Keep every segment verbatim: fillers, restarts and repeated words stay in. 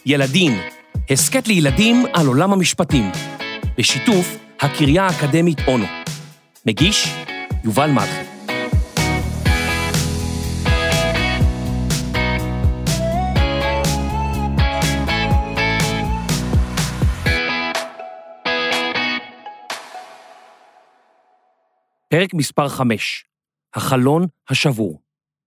ילדים, הסקט לילדים על עולם המשפטים, בשיתוף הקריה האקדמית אונו. מגיש, יובל מלכי. פרק מספר חמש, החלון השבור.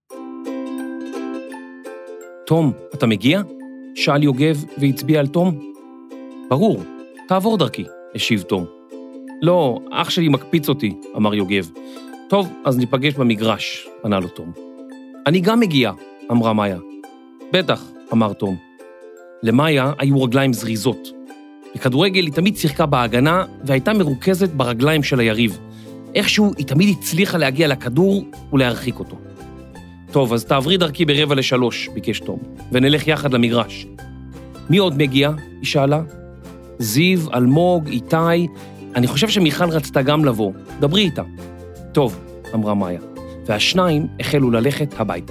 תום, אתה מגיע? שאל יוגב והצביע על תום. ברור, תעבור דרכי, השיב תום. לא, אח שלי מקפיץ אותי, אמר יוגב. טוב, אז ניפגש במגרש, ענה לו תום. אני גם מגיע, אמרה מאיה. בטח, אמר תום. למאיה היו רגליים זריזות. בכדורגל היא תמיד שיחקה בהגנה והייתה מרוכזת ברגליים של היריב. איכשהו היא תמיד הצליחה להגיע לכדור ולהרחיק אותו. טוב, אז תעברי דרכי ברבע לשלוש, ביקש תום, ונלך יחד למגרש. מי עוד מגיע? היא שאלה. זיו, אלמוג, איתי, אני חושב שמיכל רצתה גם לבוא, דברי איתה. טוב, אמרה מאיה, והשניים החלו ללכת הביתה.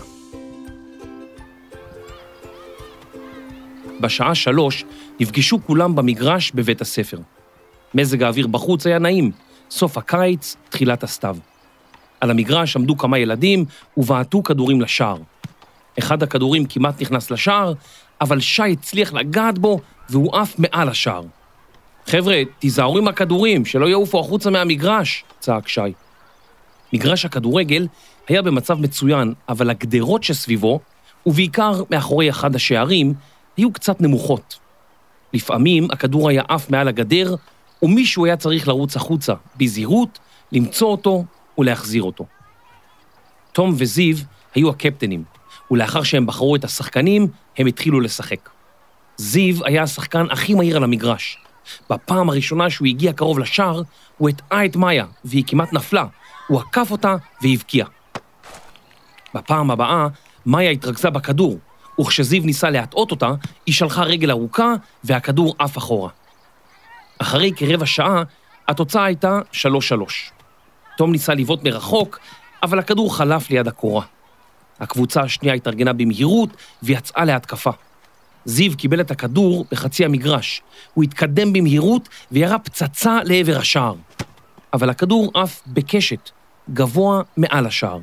בשעה שלוש נפגשו כולם במגרש בבית הספר. מזג האוויר בחוץ היה נעים, סוף הקיץ, תחילת הסתיו. על המגרש עמדו כמה ילדים ובעטו כדורים לשער. אחד הכדורים כמעט נכנס לשער, אבל שי הצליח לגעת בו והוא עף מעל השער. חבר'ה, תיזהרו עם הכדורים, שלא יעופו החוצה מהמגרש, צעק שי. מגרש הכדורגל היה במצב מצוין, אבל הגדרות שסביבו, ובעיקר מאחורי אחד השערים, היו קצת נמוכות. לפעמים הכדור היה עף מעל הגדר, ומישהו היה צריך לרוץ החוצה, בזהירות, למצוא אותו ולהחזיר אותו. תום וזיו היו הקפטנים, ולאחר שהם בחרו את השחקנים, הם התחילו לשחק. זיו היה השחקן הכי מהיר על המגרש. בפעם הראשונה שהוא הגיע קרוב לשער, הוא הטעה את מאיה, והיא כמעט נפלה. הוא עקף אותה והבקיע. בפעם הבאה, מאיה התרכזה בכדור, וכשזיו ניסה להטעות אותה, היא שלחה רגל ארוכה, והכדור עף אחורה. אחרי כרבע שעה, התוצאה הייתה שלוש שלוש. תום ניסה לבעוט מרחוק, אבל הכדור חלף ליד הקורה. הקבוצה השנייה התארגנה במהירות ויצאה להתקפה. זיו קיבל את הכדור בחצי המגרש. הוא התקדם במהירות וירה פצצה לעבר השער. אבל הכדור עף בקשת, גבוה מעל השער.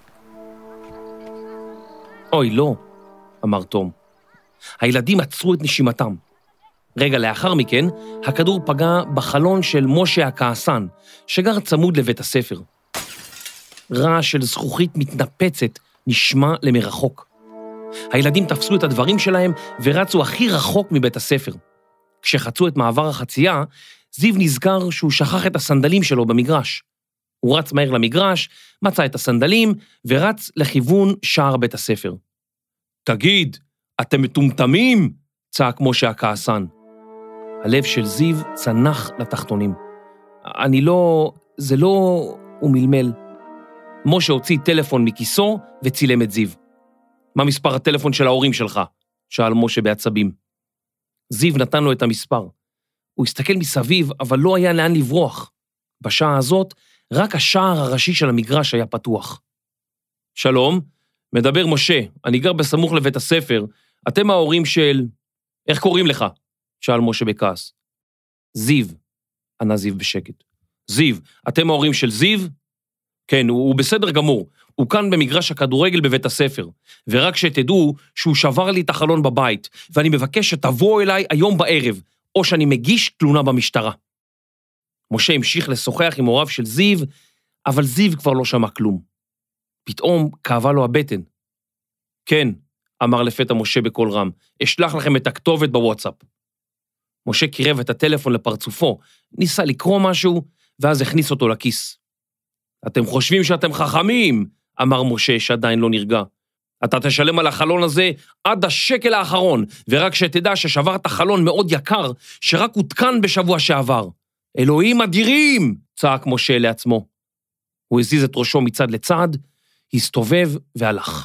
אוי, לא, אמר תום. הילדים עצרו את נשימתם. רגע לאחר מכן, הכדור פגע בחלון של משה הכעסן, שגר צמוד לבית הספר. רעש של זכוכית מתנפצת נשמע למרחוק. הילדים תפסו את הדברים שלהם ורצו הכי רחוק מבית הספר. כשחצו את מעבר החצייה, זיו נזכר שהוא שכח את הסנדלים שלו במגרש. הוא רץ מהר למגרש, מצא את הסנדלים ורץ לכיוון שער בית הספר. תגיד, אתם מטומטמים? צעק משה הכעסן. הלב של זיו צנח לתחתונים. אני לא... זה לא... הוא מלמל. משה הוציא טלפון מכיסו וצילם את זיו. מה מספר הטלפון של ההורים שלך? שאל משה בעצבים. זיו נתן לו את המספר. הוא הסתכל מסביב, אבל לא היה לאן לברוח. בשעה הזאת, רק השער הראשי של המגרש היה פתוח. שלום, מדבר משה, אני גר בסמוך לבית הספר. אתם ההורים של... איך קוראים לך? שאל משה בכעס. זיו, ענה זיו בשקט. זיו, אתם ההורים של זיו? כן, הוא, הוא בסדר גמור. הוא כאן במגרש הכדורגל בבית הספר. ורק שתדעו שהוא שבר לי את החלון בבית, ואני מבקש שתבואו אליי היום בערב, או שאני מגיש תלונה במשטרה. משה המשיך לשוחח עם הוריו של זיו, אבל זיו כבר לא שמע כלום. פתאום כאבה לו הבטן. כן, אמר לפתע משה בקול רם, אשלח לכם את הכתובת בוואטסאפ. משה קירב את הטלפון לפרצופו, ניסה לקרוא משהו, ואז הכניס אותו לכיס. אתם חושבים שאתם חכמים, אמר משה שעדיין לא נרגע. אתה תשלם על החלון הזה עד השקל האחרון, ורק שתדע ששברת חלון מאוד יקר, שרק הותקן בשבוע שעבר. אלוהים אדירים, צעק משה לעצמו. הוא הזיז את ראשו מצד לצד, הסתובב והלך.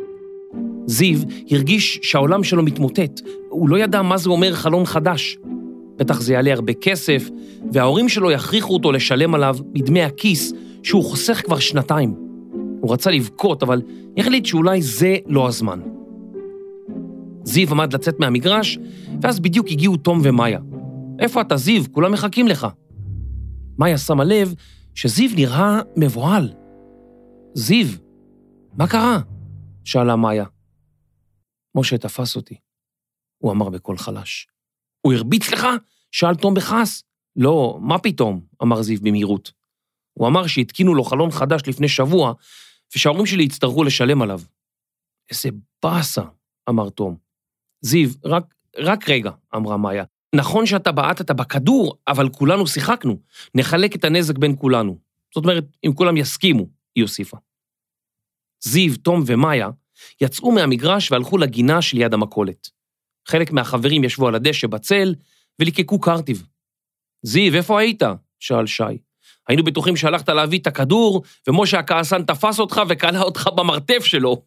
זיו הרגיש שהעולם שלו מתמוטט, הוא לא ידע מה זה אומר חלון חדש. בטח זה יעלה הרבה כסף, וההורים שלו יכריחו אותו לשלם עליו מדמי הכיס, שהוא חוסך כבר שנתיים. הוא רצה לבכות, אבל החליט שאולי זה לא הזמן. זיו עמד לצאת מהמגרש, ואז בדיוק הגיעו תום ומאיה. איפה אתה, זיו? כולם מחכים לך. מאיה שמה לב שזיו נראה מבוהל. זיו, מה קרה? שאלה מאיה. משה תפס אותי, הוא אמר בקול חלש. הוא הרביץ לך? שאל תום בכעס. לא, מה פתאום? אמר זיו במהירות. הוא אמר שהתקינו לו חלון חדש לפני שבוע, ושההורים שלי יצטרכו לשלם עליו. איזה באסה, אמר תום. זיו, רק, רק רגע, אמרה מאיה. נכון שאתה בעטת בכדור, אבל כולנו שיחקנו. נחלק את הנזק בין כולנו. זאת אומרת, אם כולם יסכימו, היא הוסיפה. זיו, תום ומאיה יצאו מהמגרש והלכו לגינה שליד המכולת. חלק מהחברים ישבו על הדשא בצל וליקקו קרטיב. זיו, איפה היית? שאל שי. היינו בטוחים שהלכת להביא את הכדור, ומשה הכעסן תפס אותך וקלה אותך במרתף שלו.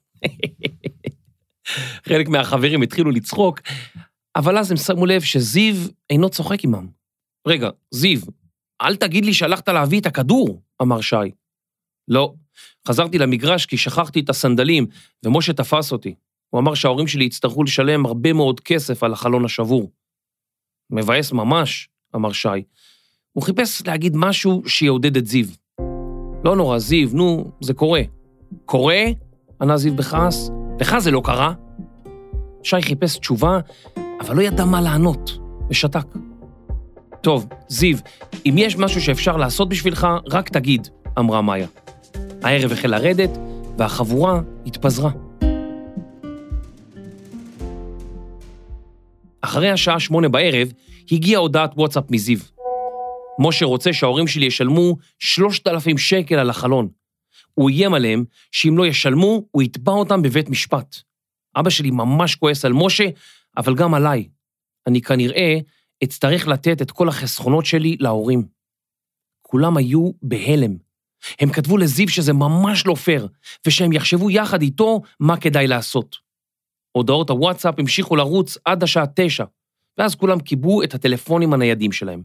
חלק מהחברים התחילו לצחוק, אבל אז הם שמו לב שזיו אינו צוחק עמם. רגע, זיו, אל תגיד לי שהלכת להביא את הכדור, אמר שי. לא, חזרתי למגרש כי שכחתי את הסנדלים, ומשה תפס אותי. הוא אמר שההורים שלי יצטרכו לשלם הרבה מאוד כסף על החלון השבור. מבאס ממש, אמר שי. הוא חיפש להגיד משהו שיעודד את זיו. לא נורא, זיו, נו, זה קורה. קורה? ענה זיו בכעס. לך זה לא קרה? שי חיפש תשובה, אבל לא ידע מה לענות, ושתק. טוב, זיו, אם יש משהו שאפשר לעשות בשבילך, רק תגיד, אמרה מאיה. הערב החל לרדת, והחבורה התפזרה. אחרי השעה שמונה בערב, הגיעה הודעת וואטסאפ מזיו. משה רוצה שההורים שלי ישלמו שלושת אלפים שקל על החלון. הוא איים עליהם שאם לא ישלמו, הוא יתבע אותם בבית משפט. אבא שלי ממש כועס על משה, אבל גם עליי. אני כנראה אצטרך לתת את כל החסכונות שלי להורים. כולם היו בהלם. הם כתבו לזיו שזה ממש לא פייר, ושהם יחשבו יחד איתו מה כדאי לעשות. הודעות הוואטסאפ המשיכו לרוץ עד השעה תשע, ואז כולם קיבלו את הטלפונים הניידים שלהם.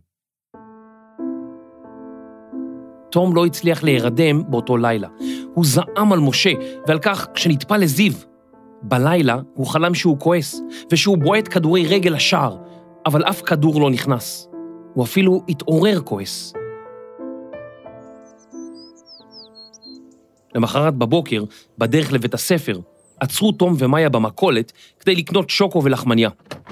תום לא הצליח להירדם באותו לילה. הוא זעם על משה, ועל כך כשנטפל לזיו. בלילה הוא חלם שהוא כועס, ושהוא בועט כדורי רגל לשער, אבל אף כדור לא נכנס. הוא אפילו התעורר כועס. למחרת בבוקר, בדרך לבית הספר, עצרו תום ומאיה במכולת כדי לקנות שוקו ולחמניה.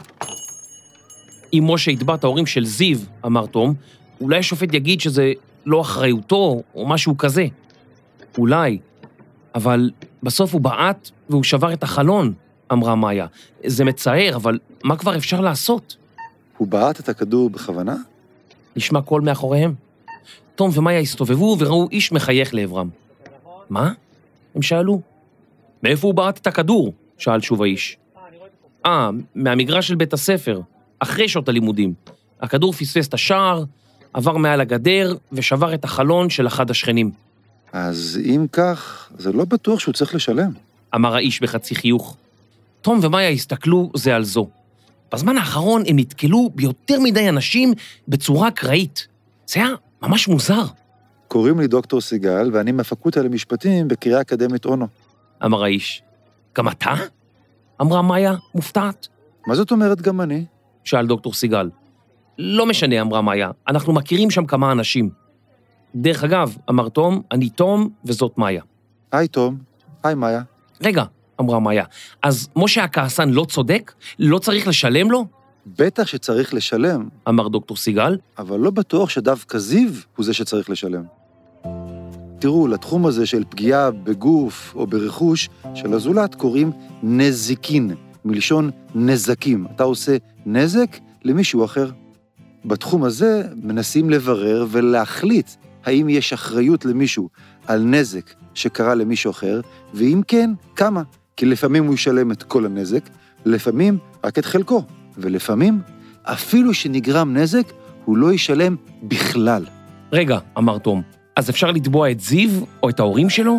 אם משה יתבע את ההורים של זיו, אמר תום, אולי השופט יגיד שזה לא אחריותו או משהו כזה. אולי, אבל בסוף הוא בעט והוא שבר את החלון, אמרה מאיה. זה מצער, אבל מה כבר אפשר לעשות? הוא בעט את הכדור בכוונה? נשמע קול מאחוריהם. תום ומאיה הסתובבו וראו איש מחייך לעברם. מה? הם שאלו. מאיפה הוא בעט את הכדור? שאל שוב האיש. אה, מהמגרש של בית הספר, אחרי שעות הלימודים. הכדור פספס את השער, עבר מעל הגדר ושבר את החלון של אחד השכנים. אז אם כך, זה לא בטוח שהוא צריך לשלם. אמר האיש בחצי חיוך. תום ומאיה הסתכלו זה על זו. בזמן האחרון הם נתקלו ביותר מדי אנשים בצורה אקראית. זה היה ממש מוזר. קוראים לי דוקטור סיגל, ואני מהפקולטה למשפטים בקריה אקדמית אונו. אמר האיש. גם אתה? אמרה מאיה, מופתעת. מה זאת אומרת גם אני? שאל דוקטור סיגל. לא משנה, אמרה מאיה, אנחנו מכירים שם כמה אנשים. דרך אגב, אמר תום, אני תום וזאת מאיה. היי תום, היי מאיה. רגע, אמרה מאיה, אז משה הכעסן לא צודק? לא צריך לשלם לו? בטח שצריך לשלם. אמר דוקטור סיגל. אבל לא בטוח שדווקא זיו הוא זה שצריך לשלם. תראו, לתחום הזה של פגיעה בגוף או ברכוש של הזולת קוראים נזיקין, מלשון נזקים. אתה עושה נזק למישהו אחר. בתחום הזה מנסים לברר ולהחליט האם יש אחריות למישהו על נזק שקרה למישהו אחר, ואם כן, כמה. כי לפעמים הוא ישלם את כל הנזק, לפעמים רק את חלקו, ולפעמים אפילו שנגרם נזק, הוא לא ישלם בכלל. רגע, אמר תום, אז אפשר לתבוע את זיו או את ההורים שלו?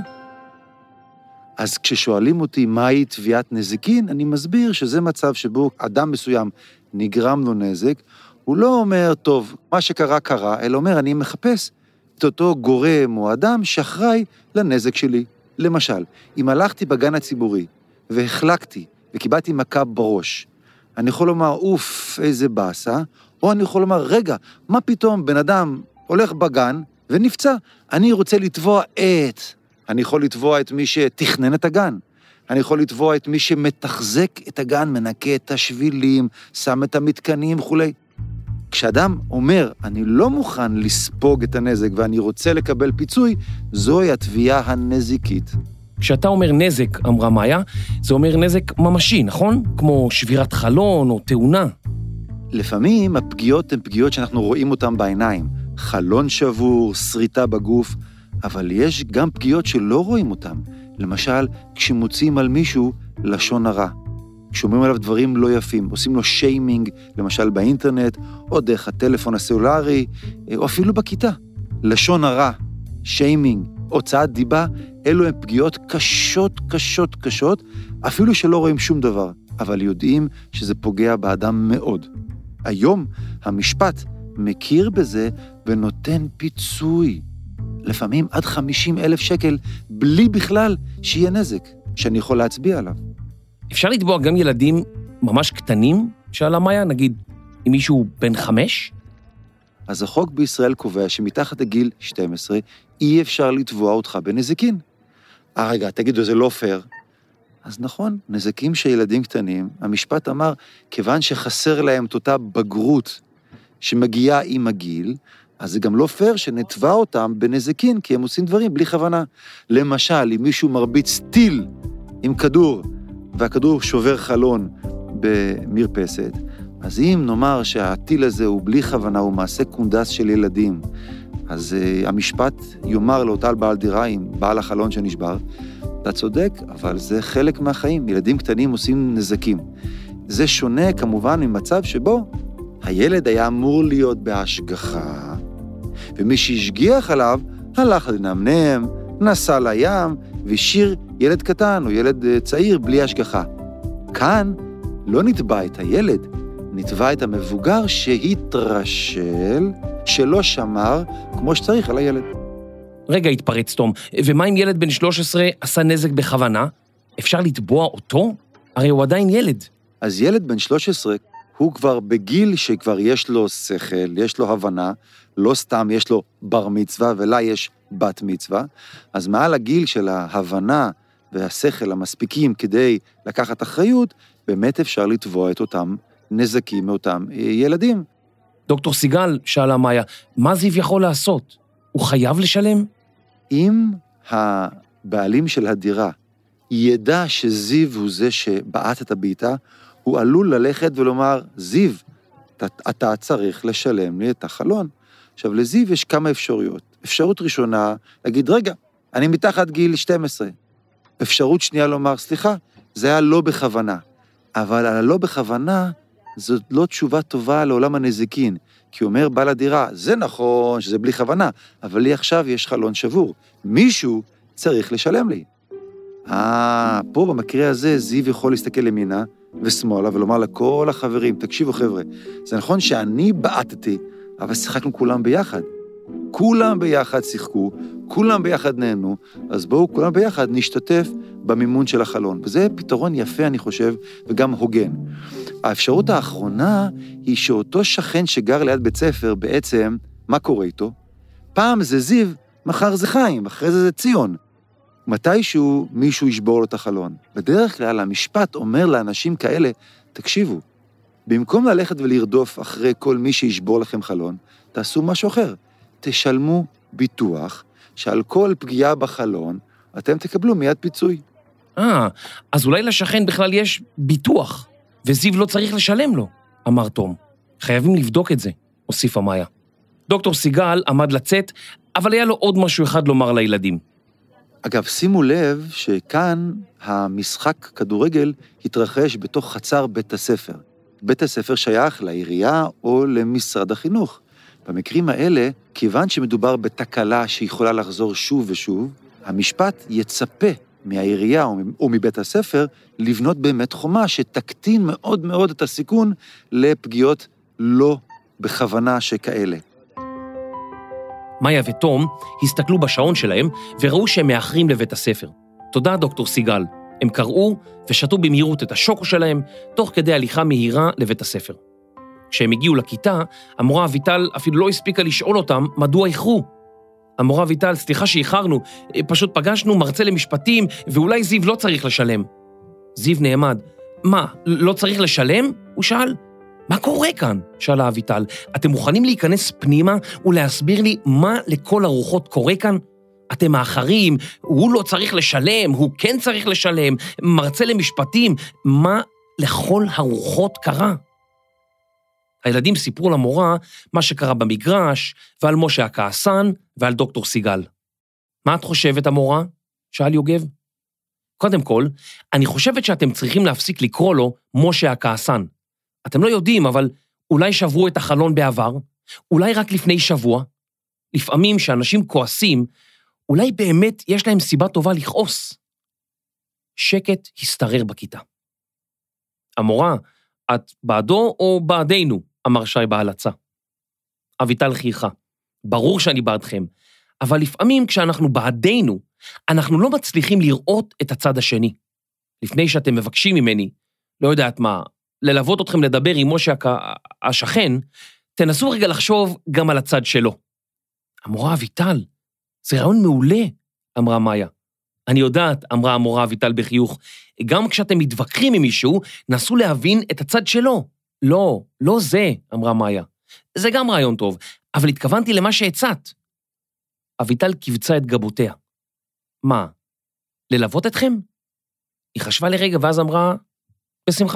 אז כששואלים אותי מהי תביעת נזיקין, אני מסביר שזה מצב שבו אדם מסוים נגרם לו נזק, הוא לא אומר, טוב, מה שקרה קרה, אלא אומר, אני מחפש את אותו גורם או אדם שאחראי לנזק שלי. למשל, אם הלכתי בגן הציבורי והחלקתי וקיבלתי מכה בראש. אני יכול לומר, אוף, איזה באסה, או אני יכול לומר, רגע, מה פתאום בן אדם הולך בגן ונפצע? אני רוצה לתבוע את, אני יכול לתבוע את מי שתכנן את הגן, אני יכול לתבוע את מי שמתחזק את הגן, מנקה את השבילים, שם את המתקנים וכולי. כשאדם אומר, אני לא מוכן לספוג את הנזק ואני רוצה לקבל פיצוי, זוהי התביעה הנזיקית. כשאתה אומר נזק, אמרה מאיה, זה אומר נזק ממשי, נכון? כמו שבירת חלון או תאונה. לפעמים הפגיעות הן פגיעות שאנחנו רואים אותן בעיניים. חלון שבור, שריטה בגוף, אבל יש גם פגיעות שלא רואים אותן. למשל, כשמוצאים על מישהו לשון הרע. כשאומרים עליו דברים לא יפים, עושים לו שיימינג, למשל באינטרנט, או דרך הטלפון הסלולרי, או אפילו בכיתה. לשון הרע, שיימינג, הוצאת דיבה, אלו הן פגיעות קשות, קשות, קשות, אפילו שלא רואים שום דבר, אבל יודעים שזה פוגע באדם מאוד. היום המשפט מכיר בזה ונותן פיצוי. לפעמים עד חמישים אלף שקל, בלי בכלל שיהיה נזק, שאני יכול להצביע עליו. אפשר לתבוע גם ילדים ממש קטנים, שאלה מאיה, נגיד, עם מישהו בן חמש? אז החוק בישראל קובע שמתחת לגיל שתים עשרה, אי אפשר לתבוע אותך בנזיקין. אה, רגע, תגידו, זה לא פייר. אז נכון, נזקים של ילדים קטנים, המשפט אמר, כיוון שחסר להם את אותה בגרות שמגיעה עם הגיל, אז זה גם לא פייר שנתבע אותם בנזיקין, כי הם עושים דברים בלי כוונה. למשל, אם מישהו מרביץ טיל עם כדור, והכדור שובר חלון במרפסת, אז אם נאמר שהטיל הזה הוא בלי כוונה, הוא מעשה קונדס של ילדים, אז uh, המשפט יאמר לאותה בעל דירה עם בעל החלון שנשבר, אתה צודק, אבל זה חלק מהחיים. ילדים קטנים עושים נזקים. זה שונה כמובן ממצב שבו הילד היה אמור להיות בהשגחה, ומי שהשגיח עליו הלך לנמנם, נסע לים, והשאיר ילד קטן או ילד צעיר בלי השגחה. כאן לא נתבע את הילד, נתבע את המבוגר שהתרשל, שלא שמר כמו שצריך על הילד. רגע, התפרץ תום, ומה אם ילד בן שלוש עשרה עשה נזק בכוונה? אפשר לתבוע אותו? הרי הוא עדיין ילד. אז ילד בן שלוש עשרה הוא כבר בגיל שכבר יש לו שכל, יש לו הבנה, לא סתם יש לו בר מצווה ולה יש בת מצווה, אז מעל הגיל של ההבנה והשכל המספיקים כדי לקחת אחריות, באמת אפשר לתבוע את אותם נזקים מאותם ילדים. דוקטור סיגל, שאלה מאיה, מה זיו יכול לעשות? הוא חייב לשלם? אם הבעלים של הדירה ידע שזיו הוא זה שבעט את הביתה, הוא עלול ללכת ולומר, זיו, אתה, אתה צריך לשלם לי את החלון. עכשיו, לזיו יש כמה אפשרויות. אפשרות ראשונה, להגיד, רגע, אני מתחת גיל שתים עשרה. אפשרות שנייה לומר, סליחה, זה היה לא בכוונה. אבל על הלא בכוונה, זאת לא תשובה טובה לעולם הנזיקין. כי הוא אומר, בעל הדירה, זה נכון שזה בלי כוונה, אבל לי עכשיו יש חלון שבור. מישהו צריך לשלם לי. אה, פה במקרה הזה, זיו יכול להסתכל למינה ושמאלה ולומר לכל החברים, תקשיבו חבר'ה, זה נכון שאני בעטתי, אבל שיחקנו כולם ביחד. כולם ביחד שיחקו, כולם ביחד נהנו, אז בואו כולם ביחד נשתתף במימון של החלון. וזה פתרון יפה, אני חושב, וגם הוגן. האפשרות האחרונה היא שאותו שכן שגר ליד בית ספר, בעצם, מה קורה איתו? פעם זה זיו, מחר זה חיים, אחרי זה זה ציון. מתישהו מישהו ישבור לו את החלון. בדרך כלל המשפט אומר לאנשים כאלה, תקשיבו, במקום ללכת ולרדוף אחרי כל מי שישבור לכם חלון, תעשו משהו אחר. תשלמו ביטוח, שעל כל פגיעה בחלון, אתם תקבלו מיד פיצוי. אה, אז אולי לשכן בכלל יש ביטוח, וזיו לא צריך לשלם לו, אמר תום. חייבים לבדוק את זה, הוסיפה מאיה. דוקטור סיגל עמד לצאת, אבל היה לו עוד משהו אחד לומר לילדים. אגב, שימו לב שכאן המשחק כדורגל התרחש בתוך חצר בית הספר. בית הספר שייך לעירייה או למשרד החינוך. במקרים האלה, כיוון שמדובר בתקלה שיכולה לחזור שוב ושוב, המשפט יצפה מהעירייה או מבית הספר לבנות באמת חומה שתקטין מאוד מאוד את הסיכון לפגיעות לא בכוונה שכאלה. מאיה ותום הסתכלו בשעון שלהם וראו שהם מאחרים לבית הספר. תודה, דוקטור סיגל. הם קראו ושתו במהירות את השוקו שלהם, תוך כדי הליכה מהירה לבית הספר. כשהם הגיעו לכיתה, המורה אביטל אפילו לא הספיקה לשאול אותם מדוע איחרו. המורה אביטל, סליחה שאיחרנו, פשוט פגשנו מרצה למשפטים, ואולי זיו לא צריך לשלם. זיו נעמד. מה, לא צריך לשלם? הוא שאל. מה קורה כאן? שאלה אביטל. אתם מוכנים להיכנס פנימה ולהסביר לי מה לכל הרוחות קורה כאן? אתם האחרים, הוא לא צריך לשלם, הוא כן צריך לשלם, מרצה למשפטים, מה לכל הרוחות קרה? הילדים סיפרו למורה מה שקרה במגרש, ועל משה הכעסן, ועל דוקטור סיגל. מה את חושבת, המורה? שאל יוגב. קודם כל, אני חושבת שאתם צריכים להפסיק לקרוא לו משה הכעסן. אתם לא יודעים, אבל אולי שברו את החלון בעבר, אולי רק לפני שבוע. לפעמים שאנשים כועסים, אולי באמת יש להם סיבה טובה לכעוס. שקט הסתרר בכיתה. המורה, את בעדו או בעדינו? אמר שי בהלצה. אביטל חייכה. ברור שאני בעדכם, אבל לפעמים כשאנחנו בעדינו, אנחנו לא מצליחים לראות את הצד השני. לפני שאתם מבקשים ממני, לא יודעת מה, ללוות אתכם לדבר עם משה השכן, תנסו רגע לחשוב גם על הצד שלו. המורה אביטל, זה רעיון מעולה, אמרה מאיה. אני יודעת, אמרה המורה אביטל בחיוך, גם כשאתם מתווכחים עם מישהו, נסו להבין את הצד שלו. לא, לא זה, אמרה מאיה. זה גם רעיון טוב, אבל התכוונתי למה שהצעת. אביטל קבצה את גבותיה. מה, ללוות אתכם? היא חשבה לרגע ואז אמרה, בשמחה.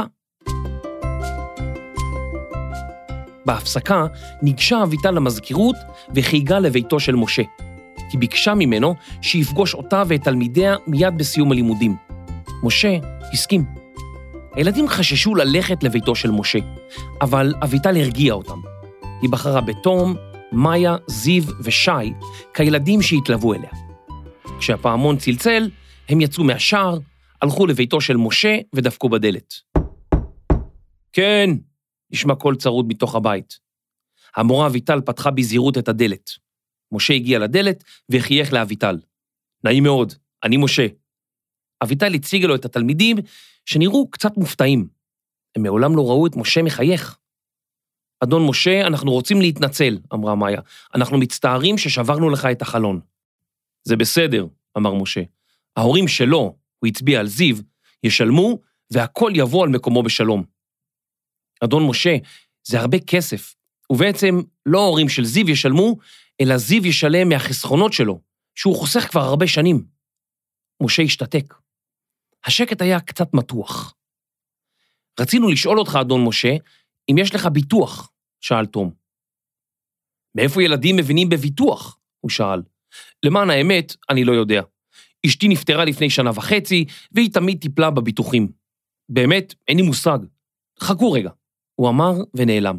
בהפסקה ניגשה אביטל למזכירות וחייגה לביתו של משה. היא ביקשה ממנו שיפגוש אותה ואת תלמידיה מיד בסיום הלימודים. משה הסכים. הילדים חששו ללכת לביתו של משה, אבל אביטל הרגיעה אותם. היא בחרה בתום, מאיה, זיו ושי כילדים שהתלוו אליה. כשהפעמון צלצל, הם יצאו מהשער, הלכו לביתו של משה ודפקו בדלת. כן, נשמע קול צרוד מתוך הבית. המורה אביטל פתחה בזהירות את הדלת. משה הגיע לדלת וחייך לאביטל. נעים מאוד, אני משה. אביטל הציגה לו את התלמידים שנראו קצת מופתעים. הם מעולם לא ראו את משה מחייך. אדון משה, אנחנו רוצים להתנצל, אמרה מאיה. אנחנו מצטערים ששברנו לך את החלון. זה בסדר, אמר משה. ההורים שלו, הוא הצביע על זיו, ישלמו והכל יבוא על מקומו בשלום. אדון משה, זה הרבה כסף, ובעצם לא ההורים של זיו ישלמו, אלא זיו ישלם מהחסכונות שלו, שהוא חוסך כבר הרבה שנים. משה השתתק. השקט היה קצת מתוח. רצינו לשאול אותך, אדון משה, אם יש לך ביטוח, שאל תום. מאיפה ילדים מבינים בביטוח? הוא שאל. למען האמת, אני לא יודע. אשתי נפטרה לפני שנה וחצי, והיא תמיד טיפלה בביטוחים. באמת, אין לי מושג. חכו רגע, הוא אמר ונעלם.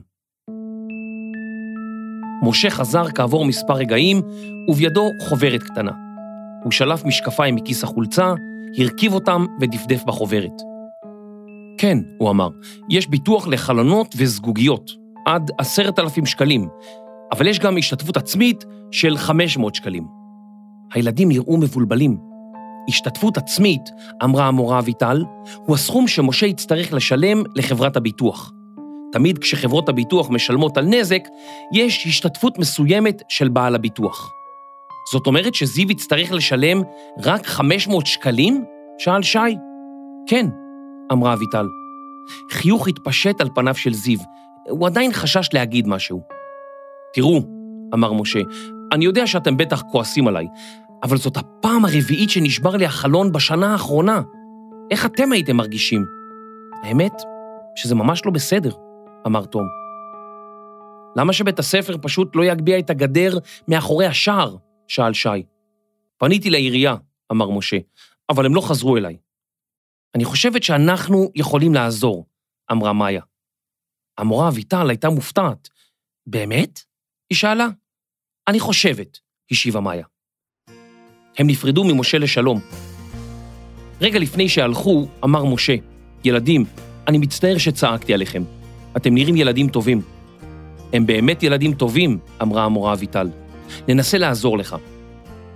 משה חזר כעבור מספר רגעים, ובידו חוברת קטנה. הוא שלף משקפיים מכיס החולצה, הרכיב אותם ודפדף בחוברת. כן, הוא אמר, יש ביטוח לחלונות וזגוגיות, עד עשרת אלפים שקלים, אבל יש גם השתתפות עצמית של חמש מאות שקלים. הילדים נראו מבולבלים. השתתפות עצמית, אמרה המורה אביטל, הוא הסכום שמשה יצטרך לשלם לחברת הביטוח. תמיד כשחברות הביטוח משלמות על נזק, יש השתתפות מסוימת של בעל הביטוח. זאת אומרת שזיו יצטרך לשלם רק חמש מאות שקלים? שאל שי. כן, אמרה אביטל. חיוך התפשט על פניו של זיו, הוא עדיין חשש להגיד משהו. תראו, אמר משה, אני יודע שאתם בטח כועסים עליי, אבל זאת הפעם הרביעית שנשבר לי החלון בשנה האחרונה. איך אתם הייתם מרגישים? האמת שזה ממש לא בסדר, אמר תום. למה שבית הספר פשוט לא יגביה את הגדר מאחורי השער? שאל שי. פניתי לעירייה, אמר משה, אבל הם לא חזרו אליי. אני חושבת שאנחנו יכולים לעזור, אמרה מאיה. המורה אביטל הייתה מופתעת. באמת? היא שאלה. אני חושבת, השיבה מאיה. הם נפרדו ממשה לשלום. רגע לפני שהלכו, אמר משה, ילדים, אני מצטער שצעקתי עליכם. אתם נראים ילדים טובים. הם באמת ילדים טובים, אמרה המורה אביטל. ננסה לעזור לך.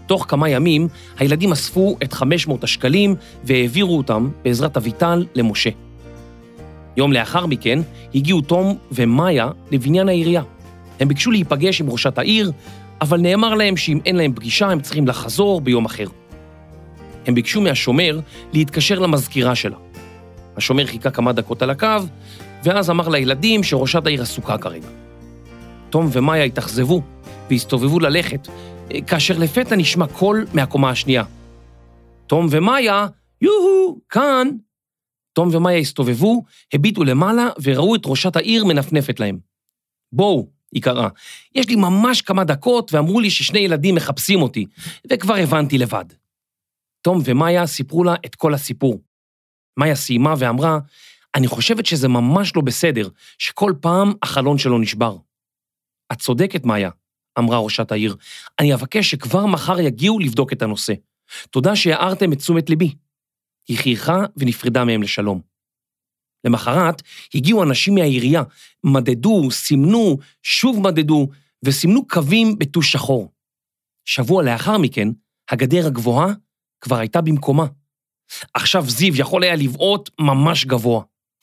תוך כמה ימים הילדים אספו את חמש מאות השקלים והעבירו אותם בעזרת אביטל למשה. יום לאחר מכן הגיעו תום ומאיה לבניין העירייה. הם ביקשו להיפגש עם ראשת העיר, אבל נאמר להם שאם אין להם פגישה הם צריכים לחזור ביום אחר. הם ביקשו מהשומר להתקשר למזכירה שלה. השומר חיכה כמה דקות על הקו, ואז אמר לילדים שראשת העיר עסוקה כרגע. תום ומאיה התאכזבו והסתובבו ללכת, כאשר לפתע נשמע קול מהקומה השנייה. תום ומאיה, יוהו, כאן. תום ומאיה הסתובבו, הביטו למעלה וראו את ראשת העיר מנפנפת להם. בואו, היא קראה, יש לי ממש כמה דקות ואמרו לי ששני ילדים מחפשים אותי, וכבר הבנתי לבד. תום ומאיה סיפרו לה את כל הסיפור. מאיה סיימה ואמרה, אני חושבת שזה ממש לא בסדר, שכל פעם החלון שלו נשבר. את צודקת, מאיה, אמרה ראשת העיר, אני אבקש שכבר מחר יגיעו לבדוק את הנושא. תודה שהערתם את תשומת ליבי. היא חייכה ונפרדה מהם לשלום. למחרת הגיעו אנשים מהעירייה, מדדו, סימנו, שוב מדדו, וסימנו קווים בטוש שחור. שבוע לאחר מכן, הגדר הגבוהה כבר הייתה במקומה. עכשיו זיו יכול היה לבעוט ממש גבוה.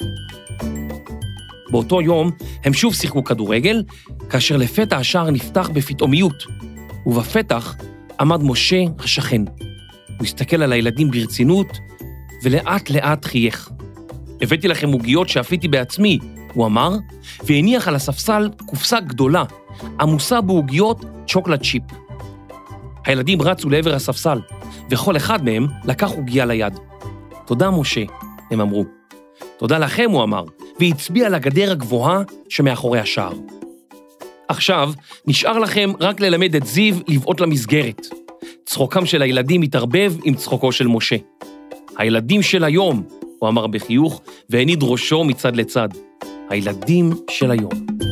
באותו יום הם שוב שיחקו כדורגל, כאשר לפתע השער נפתח בפתאומיות, ובפתח עמד משה השכן. הוא הסתכל על הילדים ברצינות, ולאט לאט חייך. הבאתי לכם עוגיות שאפיתי בעצמי, הוא אמר, והניח על הספסל קופסה גדולה, עמוסה בעוגיות צ'וקולד צ'יפ. הילדים רצו לעבר הספסל, וכל אחד מהם לקח עוגיה ליד. תודה משה, הם אמרו. תודה לכם, הוא אמר, והצביע על הגדר הגבוהה שמאחורי השער. עכשיו נשאר לכם רק ללמד את זיו לבעוט למסגרת. צחוקם של הילדים התערבב עם צחוקו של משה. הילדים של היום, הוא אמר בחיוך, והניד ראשו מצד לצד. הילדים של היום.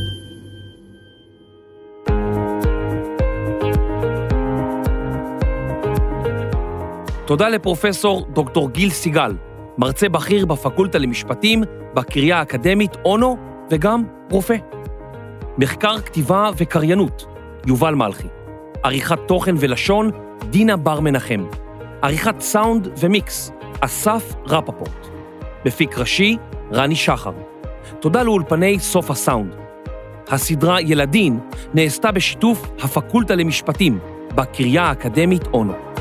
תודה לפרופסור דוקטור גיל סיגל, מרצה בכיר בפקולטה למשפטים, בקריה האקדמית אונו, וגם רופא. מחקר, כתיבה וקריינות, יובל מלכי. עריכת תוכן ולשון, דינה בר מנחם. עריכת סאונד ומיקס, אסף רפפורט. מפיק ראשי, רני שחר. תודה לאולפני סוף הסאונד. הסדרה ילדין נעשתה בשיתוף הפקולטה למשפטים, בקריה האקדמית אונו.